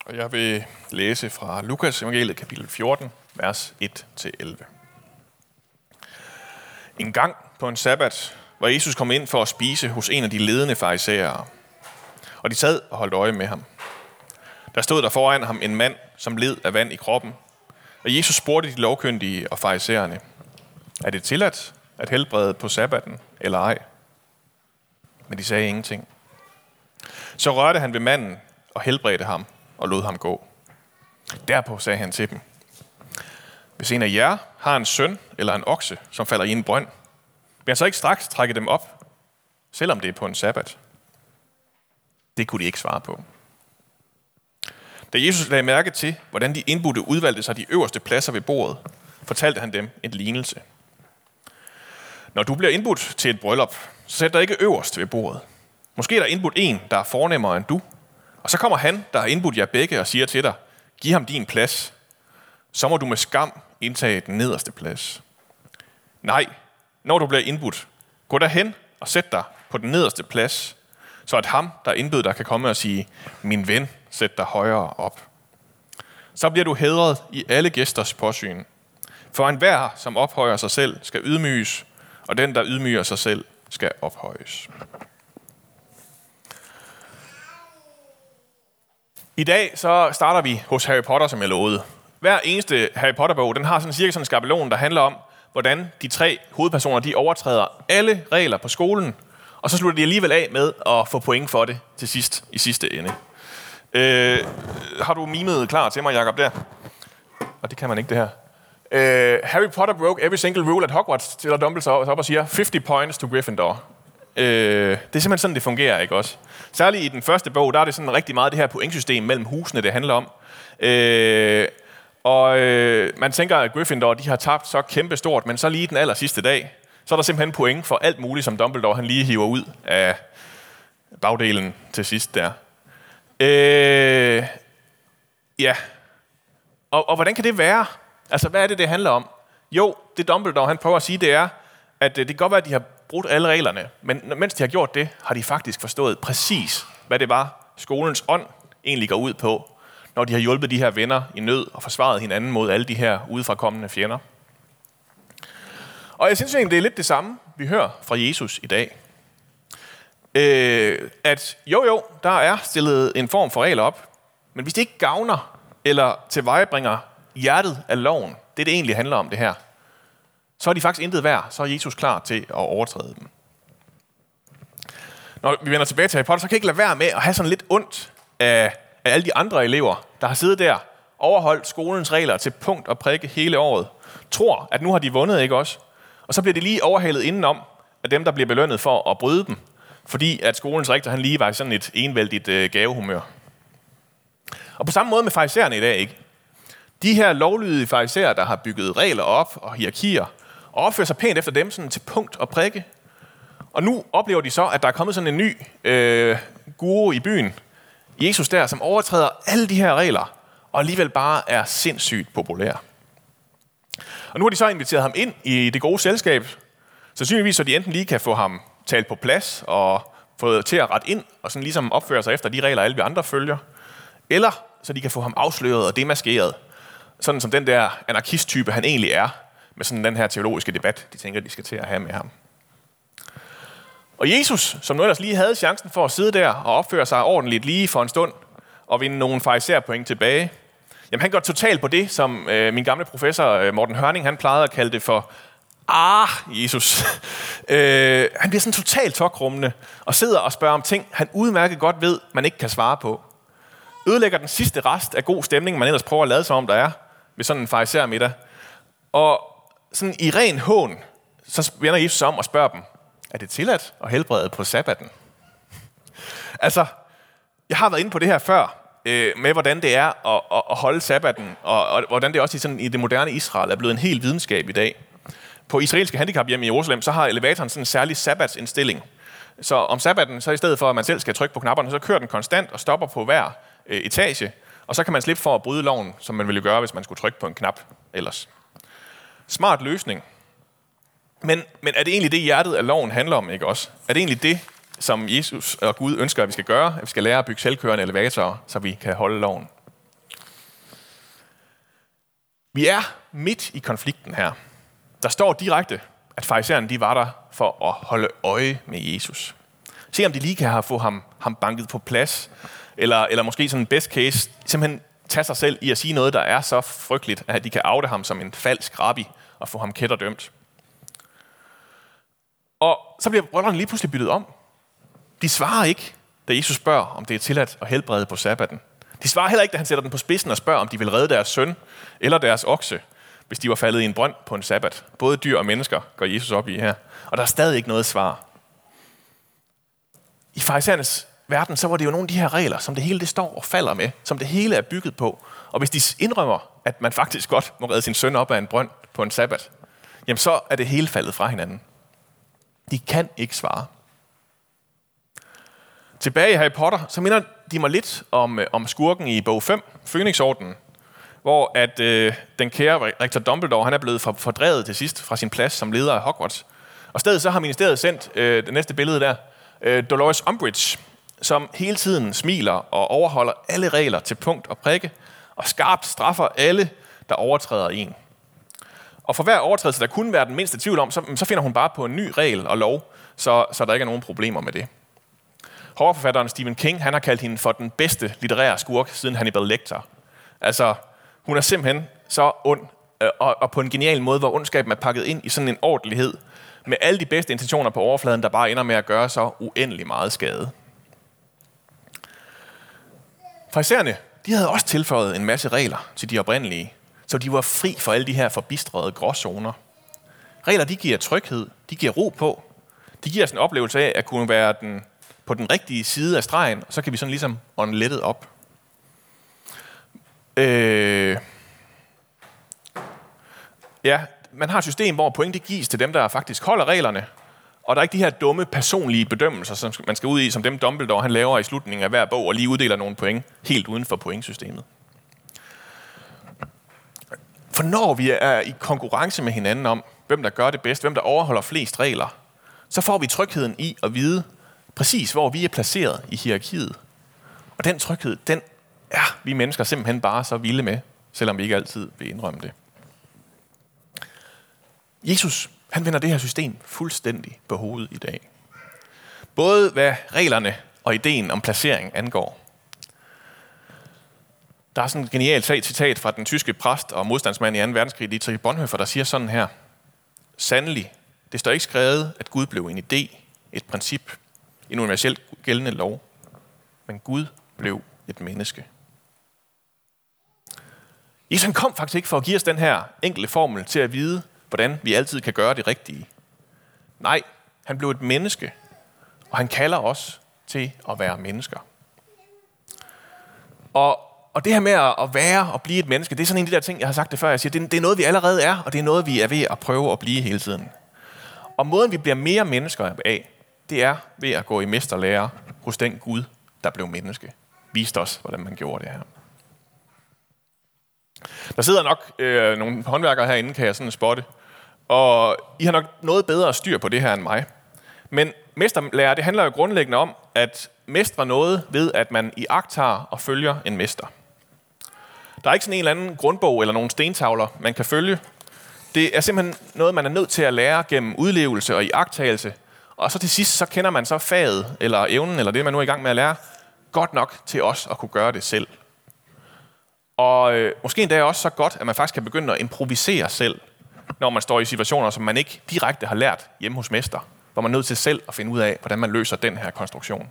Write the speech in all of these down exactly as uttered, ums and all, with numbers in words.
Og jeg vil læse fra Lukas evangeliet kapitel fjorten, vers et til elleve. En gang på en sabbat var Jesus kommet ind for at spise hos en af de ledende farisæere, og de sad og holdt øje med ham. Der stod der foran ham en mand, som led af vand i kroppen, og Jesus spurgte de lovkyndige og farisæerne: Er det tilladt at helbrede på sabbaten eller ej? Men de sagde ingenting. Så rørte han ved manden og helbredte ham og lod ham gå. Derpå sagde han til dem: Hvis en af jer har en søn eller en okse, som falder i en brønd, vil han så ikke straks trække dem op, selvom det er på en sabbat? Det kunne de ikke svare på. Da Jesus lagde mærke til, hvordan de indbudte udvalgte sig de øverste pladser ved bordet, fortalte han dem en lignelse. Når du bliver indbudt til et bryllup, så sæt dig ikke øverst ved bordet. Måske er der indbudt en, der er fornemmere end du, og så kommer han, der har indbudt jer begge, og siger til dig: Giv ham din plads. Så må du med skam indtage den nederste plads. Nej, når du bliver indbudt, gå derhen og sæt dig på den nederste plads, så at ham, der indbød dig, kan komme og sige: Min ven, sæt dig højere op. Så bliver du hædret i alle gæsters påsyn. For enhver, som ophøjer sig selv, skal ydmyges, og den, der ydmyger sig selv, skal ophøjes. I dag så starter vi hos Harry Potter, som jeg lovede. Hver eneste Harry Potter-bog, den har sådan cirka sådan en skabelon, der handler om, hvordan de tre hovedpersoner, de overtræder alle regler på skolen, og så slutter de alligevel af med at få point for det til sidst, i sidste ende. Øh, har du mimet klar til mig, Jacob, der? Og det kan man ikke, det her. Øh, Harry Potter broke every single rule at Hogwarts, stiller Dumbledore op og siger fifty points to Gryffindor. Øh, det er simpelthen sådan, det fungerer, ikke også? Særligt i den første bog, der er det sådan rigtig meget det her pointsystem mellem husene, det handler om. Øh, og øh, man tænker, at Gryffindor, de har tabt så kæmpestort, men så lige den aller sidste dag, så er der simpelthen point for alt muligt, som Dumbledore han lige hiver ud af bagdelen til sidst der. Øh, ja. Og, og hvordan kan det være? Altså, hvad er det, det handler om? Jo, det Dumbledore han prøver at sige, det er, at det kan godt være, at de har brudt alle reglerne, men mens de har gjort det, har de faktisk forstået præcis, hvad det var, skolens ånd egentlig går ud på, når de har hjulpet de her venner i nød og forsvaret hinanden mod alle de her udefrakommende fjender. Og jeg synes egentlig, det er lidt det samme, vi hører fra Jesus i dag. Øh, at jo jo, der er stillet en form for regler op, men hvis det ikke gavner eller tilvejebringer hjertet af loven, det det egentlig handler om det her, så er de faktisk intet værd, så er Jesus klar til at overtræde dem. Når vi vender tilbage til Harry Potter, så kan jeg ikke lade være med at have sådan lidt ondt af, af alle de andre elever, der har siddet der, overholdt skolens regler til punkt og prikke hele året, tror, at nu har de vundet, ikke også? Og så bliver de lige overhalet indenom af dem, der bliver belønnet for at bryde dem, fordi at skolens rektor han lige var i sådan et envældigt øh, gavehumør. Og på samme måde med farisæerne i dag, ikke? De her lovlydige farisæer, der har bygget regler op og hierarkier, og opfører sig pænt efter dem sådan til punkt og prikke. Og nu oplever de så, at der er kommet sådan en ny øh, guru i byen, Jesus der, som overtræder alle de her regler, og alligevel bare er sindssygt populær. Og nu har de så inviteret ham ind i det gode selskab, sandsynligvis så de enten lige kan få ham talt på plads og få til at rette ind, og sådan ligesom opføre sig efter de regler, alle vi andre følger, eller så de kan få ham afsløret og demaskeret, sådan som den der anarkist-type, han egentlig er, med sådan den her teologiske debat, de tænker, de skal til at have med ham. Og Jesus, som nu ellers lige havde chancen for at sidde der og opføre sig ordentligt lige for en stund, og vinde nogle farisæerpoint tilbage, jamen han går totalt på det, som øh, min gamle professor Morten Hørning, han plejede at kalde det for Ah, Jesus. øh, han bliver sådan totalt tokrummende og sidder og spørger om ting, han udmærket godt ved, man ikke kan svare på. Ødelægger den sidste rest af god stemning, man ellers prøver at lade sig om, der er ved sådan en farisæermiddag. Og sådan i ren hån, så vender Jesus om og spørger dem: Er det tilladt at helbrede på sabbaten? Altså, jeg har været inde på det her før, øh, med hvordan det er at, at, at holde sabbaten, og, og hvordan det også i, sådan, i det moderne Israel er blevet en hel videnskab i dag. På israelske handicaphjem i Jerusalem, så har elevatoren sådan en særlig sabbatsindstilling. Så om sabbaten, så i stedet for, at man selv skal trykke på knapperne, så kører den konstant og stopper på hver øh, etage, og så kan man slippe for at bryde loven, som man ville gøre, hvis man skulle trykke på en knap ellers. Smart løsning. Men, men er det egentlig det, hjertet af loven handler om, ikke også? Er det egentlig det, som Jesus og Gud ønsker, at vi skal gøre? At vi skal lære at bygge selvkørende elevatorer, så vi kan holde loven? Vi er midt i konflikten her. Der står direkte, at farisæerne de var der for at holde øje med Jesus. Se om de lige kan have få ham, ham banket på plads, eller, eller måske sådan en best case, simpelthen tage sig selv i at sige noget, der er så frygteligt, at de kan oute ham som en falsk rabbi og få ham kætterdømt. Og så bliver rollerne lige pludselig byttet om. De svarer ikke, da Jesus spørger, om det er tilladt at helbrede på sabbaten. De svarer heller ikke, da han sætter den på spidsen og spørger, om de vil redde deres søn eller deres okse, hvis de var faldet i en brønd på en sabbat. Både dyr og mennesker går Jesus op i her. Og der er stadig ikke noget svar. I farisæernes verden, så var det jo nogle af de her regler, som det hele det står og falder med, som det hele er bygget på. Og hvis de indrømmer, at man faktisk godt må redde sin søn op af en brønd på en sabbat, jamen så er det hele faldet fra hinanden. De kan ikke svare. Tilbage i Harry Potter, så minder de mig lidt om, om skurken i bog fem, Fønixordenen, hvor at, øh, den kære rektor Dumbledore, han er blevet fordrevet til sidst fra sin plads som leder af Hogwarts. Og stedet så har ministeriet sendt øh, det næste billede der, øh, Dolores Umbridge, som hele tiden smiler og overholder alle regler til punkt og prikke, og skarpt straffer alle, der overtræder en. Og for hver overtrædelse, der kunne være den mindste tvivl om, så, så finder hun bare på en ny regel og lov, så, så der ikke er nogen problemer med det. Horrorforfatteren Stephen King, han har kaldt hende for den bedste litterære skurk siden Hannibal Lecter. Altså, hun er simpelthen så ond, øh, og, og på en genial måde, hvor ondskaben er pakket ind i sådan en ordentlighed, med alle de bedste intentioner på overfladen, der bare ender med at gøre så uendelig meget skade. Farisæerne, de havde også tilføjet en masse regler til de oprindelige, så de var fri for alle de her forbistrede gråzoner. Regler, de giver tryghed, de giver ro på, de giver os en oplevelse af at kunne være den, på den rigtige side af stregen, og så kan vi sådan ligesom ånde lettet op. Øh, ja, man har et system, hvor point det gives til dem, der faktisk holder reglerne, og der er ikke de her dumme personlige bedømmelser, som man skal ud i, som dem Dumbledore han laver i slutningen af hver bog, og lige uddeler nogle point helt uden for pointsystemet. For når vi er i konkurrence med hinanden om, hvem der gør det bedst, hvem der overholder flest regler, så får vi trygheden i at vide præcis, hvor vi er placeret i hierarkiet. Og den tryghed, den er vi mennesker simpelthen bare så vilde med, selvom vi ikke altid vil indrømme det. Jesus, han vender det her system fuldstændig på hovedet i dag. Både hvad reglerne og ideen om placering angår. Der er sådan et genialt citat fra den tyske præst og modstandsmand i anden verdenskrig, Dietrich Bonhoeffer, der siger sådan her: Sandelig, det står ikke skrevet, at Gud blev en idé, et princip, en universelt gældende lov, men Gud blev et menneske. Jesus han kom faktisk ikke for at give os den her enkle formel til at vide, hvordan vi altid kan gøre det rigtige. Nej, han blev et menneske, og han kalder os til at være mennesker. Og, og det her med at være og blive et menneske, det er sådan en af de der ting, jeg har sagt det før. Jeg siger, det, det er noget, vi allerede er, og det er noget, vi er ved at prøve at blive hele tiden. Og måden, vi bliver mere mennesker af, det er ved at gå i mesterlære hos den Gud, der blev menneske. Viste os, hvordan man gjorde det her. Der sidder nok øh, nogle håndværkere herinde, kan jeg sådan spotte, og I har nok noget bedre styr på det her end mig. Men mesterlære, det handler jo grundlæggende om, at mestre noget ved, at man iagttager og følger en mester. Der er ikke sådan en eller anden grundbog eller nogle stentavler, man kan følge. Det er simpelthen noget, man er nødt til at lære gennem udlevelse og iagttagelse. Og så til sidst, så kender man så faget eller evnen, eller det, man nu er i gang med at lære, godt nok til os at kunne gøre det selv. Og øh, måske endda også så godt, at man faktisk kan begynde at improvisere selv, når man står i situationer, som man ikke direkte har lært hjemme hos mester, hvor man er nødt til selv at finde ud af, hvordan man løser den her konstruktion.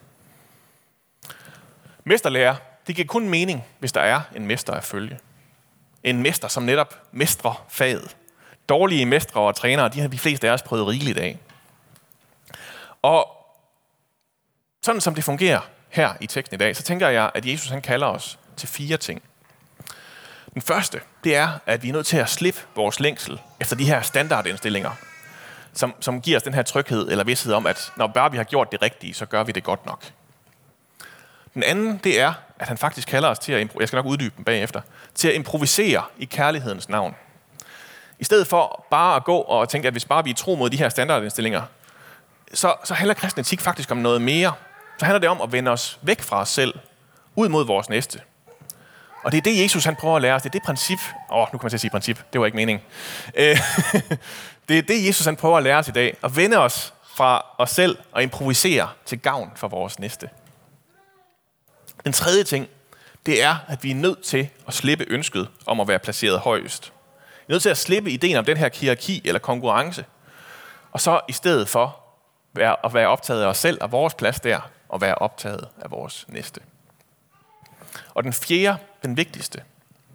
Mesterlære, det giver kun mening, hvis der er en mester at følge. En mester, som netop mestrer faget. Dårlige mestre og trænere, de har de fleste af os prøvet rigeligt af. Og sådan som det fungerer her i teksten i dag, så tænker jeg, at Jesus han kalder os til fire ting. Den første, det er, at vi er nødt til at slippe vores længsel efter de her standardindstillinger, som, som giver os den her tryghed eller vidsthed om, at når bare vi har gjort det rigtige, så gør vi det godt nok. Den anden, det er, at han faktisk kalder os til at, jeg skal nok uddybe den bagefter, til at improvisere i kærlighedens navn. I stedet for bare at gå og tænke, at hvis bare vi er tro mod de her standardindstillinger, så, så handler kristen etik faktisk om noget mere. Så handler det om at vende os væk fra os selv, ud mod vores næste. Og det er det, Jesus han prøver at lære os. Det er det princip. Åh, oh, nu kan man til at sige princip. Det var ikke meningen. Øh, det er det, Jesus han prøver at lære os i dag. At vende os fra os selv og improvisere til gavn for vores næste. Den tredje ting, det er, at vi er nødt til at slippe ønsket om at være placeret højest. Vi er nødt til at slippe ideen om den her hierarki eller konkurrence. Og så i stedet for at være optaget af os selv og vores plads der, og være optaget af vores næste. Og den fjerde, den vigtigste.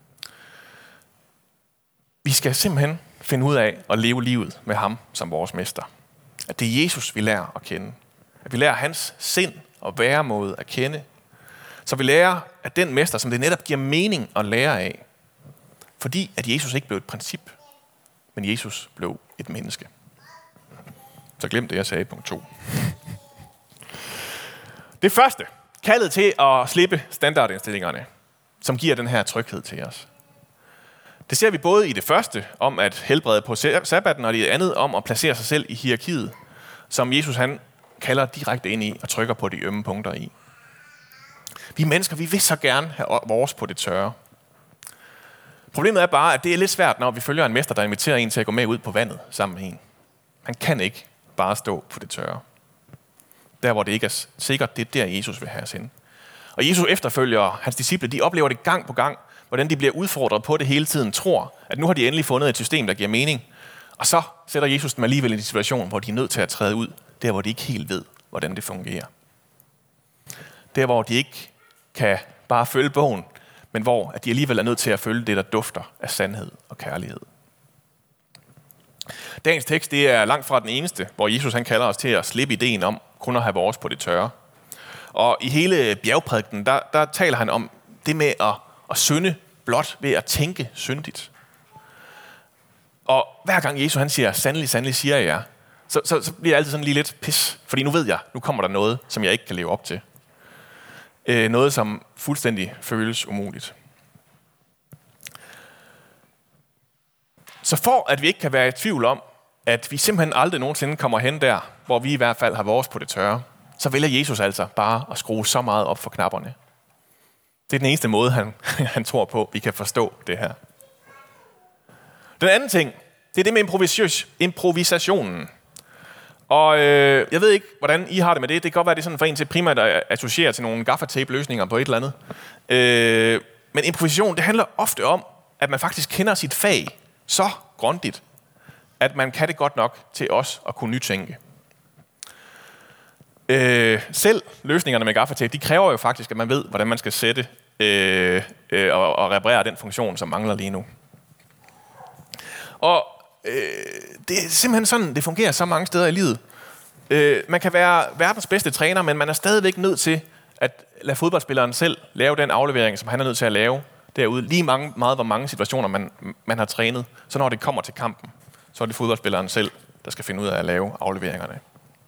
Vi skal simpelthen finde ud af at leve livet med ham som vores mester. At det er Jesus, vi lærer at kende. At vi lærer hans sind og væremåde at kende. Så vi lærer at den mester, som det netop giver mening at lære af. Fordi at Jesus ikke blev et princip, men Jesus blev et menneske. Så glem det, jeg sagde i punkt to. Det første, kaldet til at slippe standardindstillingerne, som giver den her tryghed til os. Det ser vi både i det første, om at helbrede på sabbaten, og i det andet, om at placere sig selv i hierarkiet, som Jesus han kalder direkte ind i og trykker på de ømme punkter i. Vi mennesker, vi vil så gerne have vores på det tørre. Problemet er bare, at det er lidt svært, når vi følger en mester, der inviterer en til at gå med ud på vandet sammen med en. Man kan ikke bare stå på det tørre. Der, hvor det ikke er sikkert, det er der, Jesus vil have os hen. Og Jesus efterfølger, hans disciple, de oplever det gang på gang, hvordan de bliver udfordret på det hele tiden, tror, at nu har de endelig fundet et system, der giver mening. Og så sætter Jesus dem alligevel i en situation, hvor de er nødt til at træde ud, der hvor de ikke helt ved, hvordan det fungerer. Der hvor de ikke kan bare følge bogen, men hvor at de alligevel er nødt til at følge det, der dufter af sandhed og kærlighed. Dagens tekst det er langt fra den eneste, hvor Jesus han kalder os til at slippe ideen om kun at have vores på det tørre. Og i hele bjergprædiken, der, der taler han om det med at, at synde blot ved at tænke syndigt. Og hver gang Jesus han siger, sandelig, sandelig siger jeg, så, så, så bliver jeg altid sådan lige lidt pis. Fordi nu ved jeg, nu kommer der noget, som jeg ikke kan leve op til. Øh, noget, som fuldstændig føles umuligt. Så for at vi ikke kan være i tvivl om, at vi simpelthen aldrig nogensinde kommer hen der, hvor vi i hvert fald har vores på det tørre, så vælger Jesus altså bare at skrue så meget op for knapperne. Det er den eneste måde, han, han tror på, vi kan forstå det her. Den anden ting, det er det med improvis- improvisationen. Og øh, jeg ved ikke, hvordan I har det med det. Det kan godt være, det er sådan for en til primært at associere til nogle gaffatape-løsninger på et eller andet. Øh, men improvisation, det handler ofte om, at man faktisk kender sit fag så grundigt, at man kan det godt nok til os at kunne nytænke. Øh, selv løsningerne med gaffatape, de kræver jo faktisk, at man ved, hvordan man skal sætte øh, øh, og, og reparere den funktion, som mangler lige nu. Og øh, det er simpelthen sådan, det fungerer så mange steder i livet. Øh, man kan være verdens bedste træner, men man er stadigvæk nødt til at lade fodboldspilleren selv lave den aflevering, som han er nødt til at lave derude. Lige mange, meget, hvor mange situationer man, man har trænet. Så når det kommer til kampen, så er det fodboldspilleren selv, der skal finde ud af at lave afleveringerne.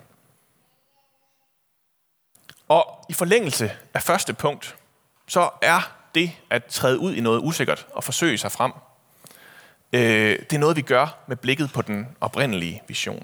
Og i forlængelse af første punkt, så er det at træde ud i noget usikkert og forsøge sig frem, øh, det er noget, vi gør med blikket på den oprindelige vision.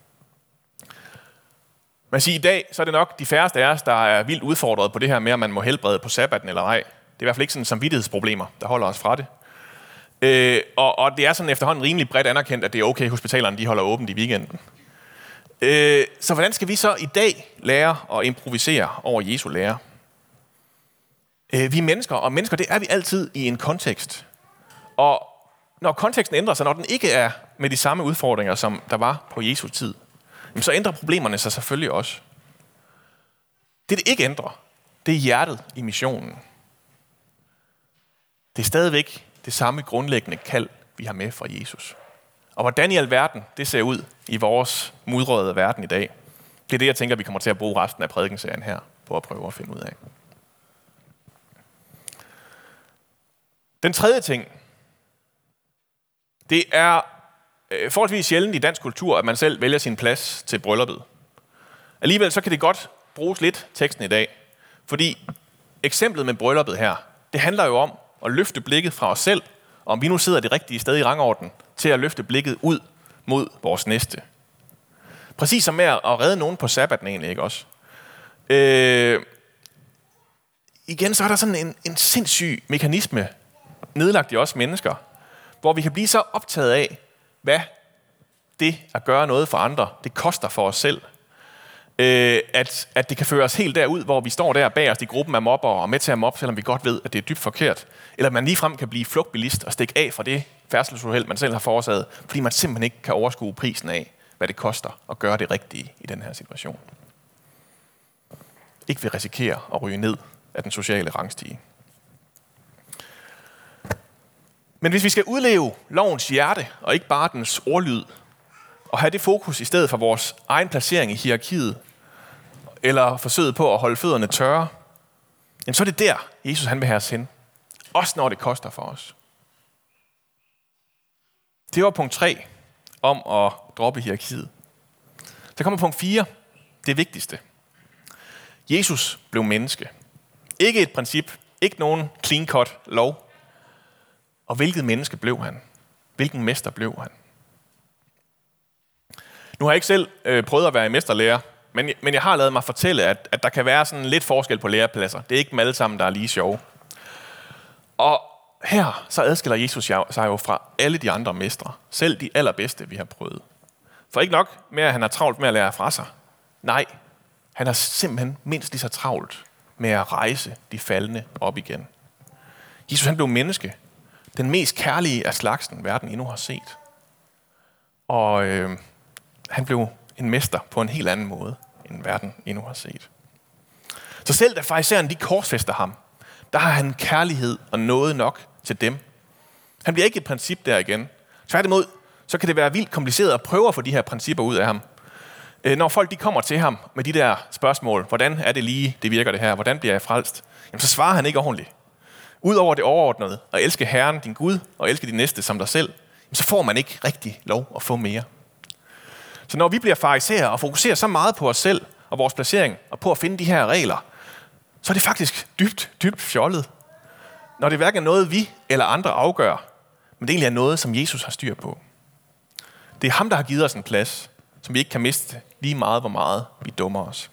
Man siger, i dag så er det nok de færreste af os, der er vildt udfordret på det her med, om man må helbrede på sabbaten eller ej. Det er i hvert fald ikke sådan samvittighedsproblemer, der holder os fra det. Øh, og, og det er sådan efterhånden rimelig bredt anerkendt, at det er okay, at hospitalerne de holder åbent i weekenden. Øh, så hvordan skal vi så i dag lære at improvisere over Jesu lære? Øh, vi er mennesker, og mennesker det er vi altid i en kontekst. Og når konteksten ændrer sig, når den ikke er med de samme udfordringer, som der var på Jesu tid, så ændrer problemerne sig selvfølgelig også. Det, det ikke ændrer, det er hjertet i missionen. Det er stadigvæk det samme grundlæggende kald, vi har med fra Jesus. Og hvordan i alverden det ser ud i vores mudrøde verden i dag, det er det, jeg tænker, vi kommer til at bruge resten af prædikenserien her på at prøve at finde ud af. Den tredje ting, det er øh, forholdsvis sjældent i dansk kultur, at man selv vælger sin plads til brylluppet. Alligevel så kan det godt bruges lidt teksten i dag, fordi eksemplet med brylluppet her, det handler jo om at løfte blikket fra os selv, og om vi nu sidder det rigtige sted i rangorden, til at løfte blikket ud mod vores næste. Præcis som med at redde nogen på sabbaten egentlig, ikke også? Øh, igen, så er der sådan en, en sindssyg mekanisme nedlagt i os mennesker, hvor vi kan blive så optaget af, hvad det at gøre noget for andre, det koster for os selv. Øh, at, at det kan føre os helt derud, hvor vi står der bag os i gruppen af mobbere og med til at mobbe, selvom vi godt ved, at det er dybt forkert. Eller man ligefrem kan blive flugtbilist og stikke af fra det færdselsuheld, man selv har forårsaget, fordi man simpelthen ikke kan overskue prisen af, hvad det koster at gøre det rigtige i den her situation. Ikke vil risikere at ryge ned af den sociale rangstige. Men hvis vi skal udleve lovens hjerte, og ikke bare dens ordlyd, og have det fokus i stedet for vores egen placering i hierarkiet, eller forsøget på at holde fødderne tørre, jamen så er det der, Jesus han vil have os hen. Også når det koster for os. Det var punkt tre om at droppe hierarkiet. Så kommer punkt fire, det vigtigste. Jesus blev menneske. Ikke et princip, ikke nogen clean-cut lov. Og hvilket menneske blev han? Hvilken mester blev han? Nu har jeg ikke selv øh, prøvet at være i mesterlærer, men, men jeg har lavet mig fortælle, at, at der kan være sådan lidt forskel på lærepladser. Det er ikke dem alle sammen, der er lige sjove. Og her så adskiller Jesus sig jo fra alle de andre mestre. Selv de allerbedste, vi har prøvet. For ikke nok med, at han har travlt med at lære fra sig. Nej, han har simpelthen mindst lige så travlt med at rejse de faldne op igen. Jesus han blev menneske. Den mest kærlige af slagsen, verden endnu har set. Og øh, han blev en mester på en helt anden måde, end verden endnu har set. Så selv da farisæerne de korsfæster ham, der har han kærlighed og noget nok til dem. Han bliver ikke et princip der igen. Tværtimod, så kan det være vildt kompliceret at prøve at få de her principper ud af ham. Når folk de kommer til ham med de der spørgsmål, hvordan er det lige, det virker det her, hvordan bliver jeg frelst? Jamen, så svarer han ikke ordentligt. Udover det overordnede, at elske Herren, din Gud, og elske din næste som dig selv, så får man ikke rigtig lov at få mere. Så når vi bliver farisæer og fokuserer så meget på os selv og vores placering, og på at finde de her regler, så er det faktisk dybt, dybt fjollet. Når det hverken er noget, vi eller andre afgør, men det egentlig er noget, som Jesus har styr på. Det er ham, der har givet os en plads, som vi ikke kan miste lige meget, hvor meget vi dummer os.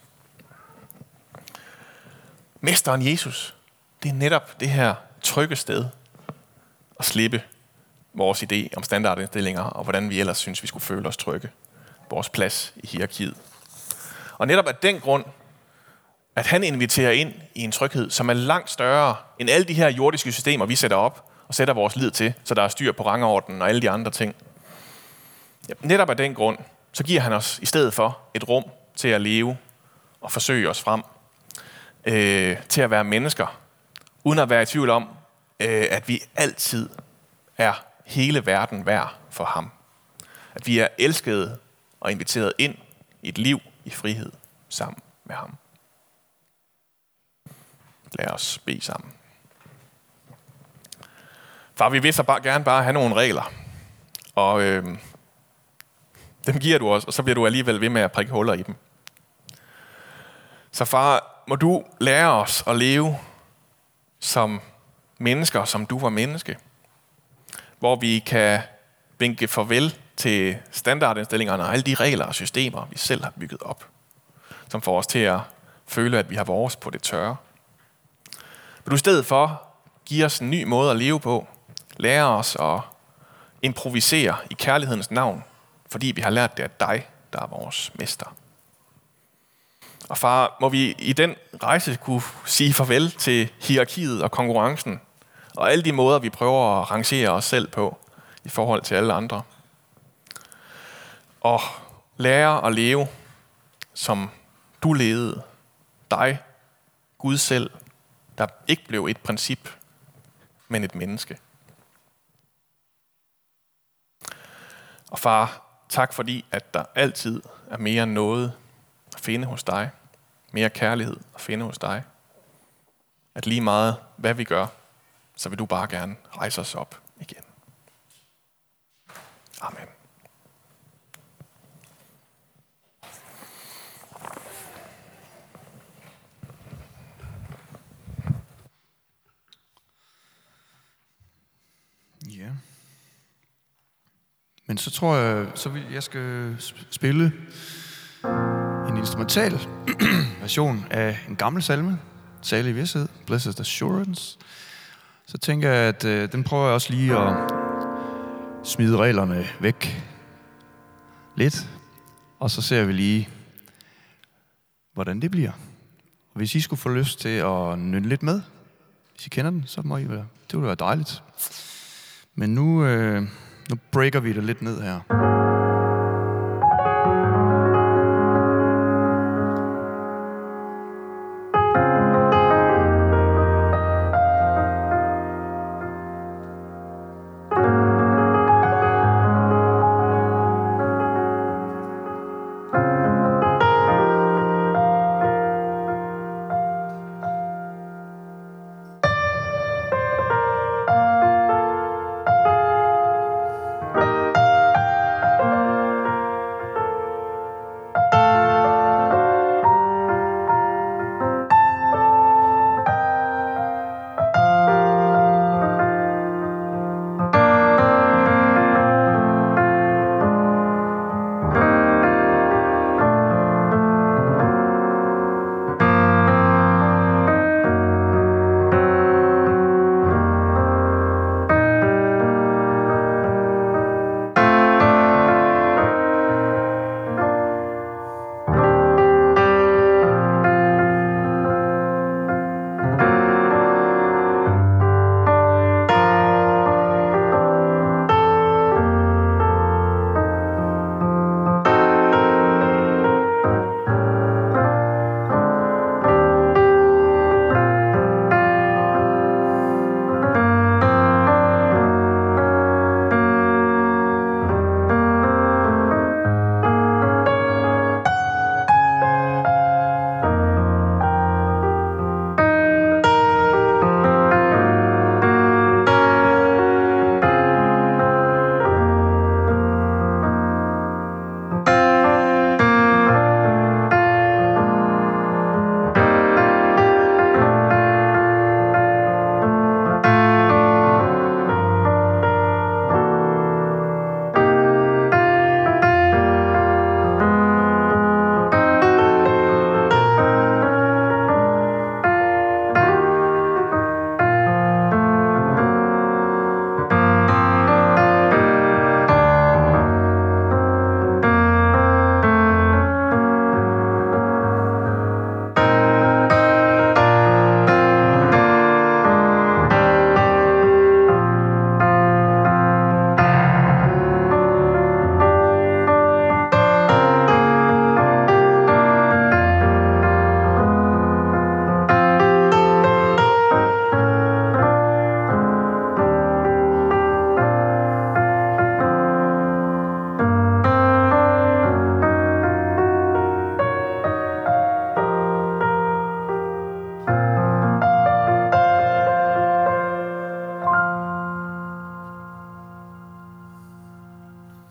Mesteren Jesus, det er netop det her trygge sted at slippe vores idé om standardindstillinger og hvordan vi ellers synes, vi skulle føle os trygge. Vores plads i hierarkiet. Og netop af den grund, at han inviterer ind i en tryghed, som er langt større end alle de her jordiske systemer, vi sætter op og sætter vores lid til, så der er styr på rangordenen og alle de andre ting. Ja, netop af den grund, så giver han os i stedet for et rum til at leve og forsøge os frem. Øh, til at være mennesker, uden at være i tvivl om, øh, at vi altid er hele verden værd for ham. At vi er elskede og inviteret ind i et liv i frihed sammen med ham. Lad os bede sammen. Far, vi vil så bare gerne bare have nogle regler. Og øh, dem giver du os, og så bliver du alligevel ved med at prikke huller i dem. Så far, må du lære os at leve som mennesker, som du var menneske. Hvor vi kan vinke farvel til standardindstillingerne og alle de regler og systemer, vi selv har bygget op. Som får os til at føle, at vi har vores på det tørre. Vil du i stedet for give os en ny måde at leve på? Lære os at improvisere i kærlighedens navn, fordi vi har lært det af dig, der er vores mester. Og far, må vi i den rejse kunne sige farvel til hierarkiet og konkurrencen, og alle de måder, vi prøver at rangere os selv på i forhold til alle andre. Og lære at leve, som du levede, dig, Gud selv, der ikke blev et princip, men et menneske. Og far, tak fordi, at der altid er mere noget at finde hos dig. Mere kærlighed at finde hos dig. At lige meget, hvad vi gør, så vil du bare gerne rejse os op igen. Amen. Ja. Men så tror jeg, så vil jeg skal spille en instrumental version af en gammel salme, salig vidshed, blessed assurance. Så tænker jeg, at øh, den prøver jeg også lige at smide reglerne væk lidt. Og så ser vi lige, hvordan det bliver. Og hvis I skulle få lyst til at nynne lidt med, hvis I kender den, så må I være. Det ville være dejligt. Men nu, øh, nu breaker vi det lidt ned her.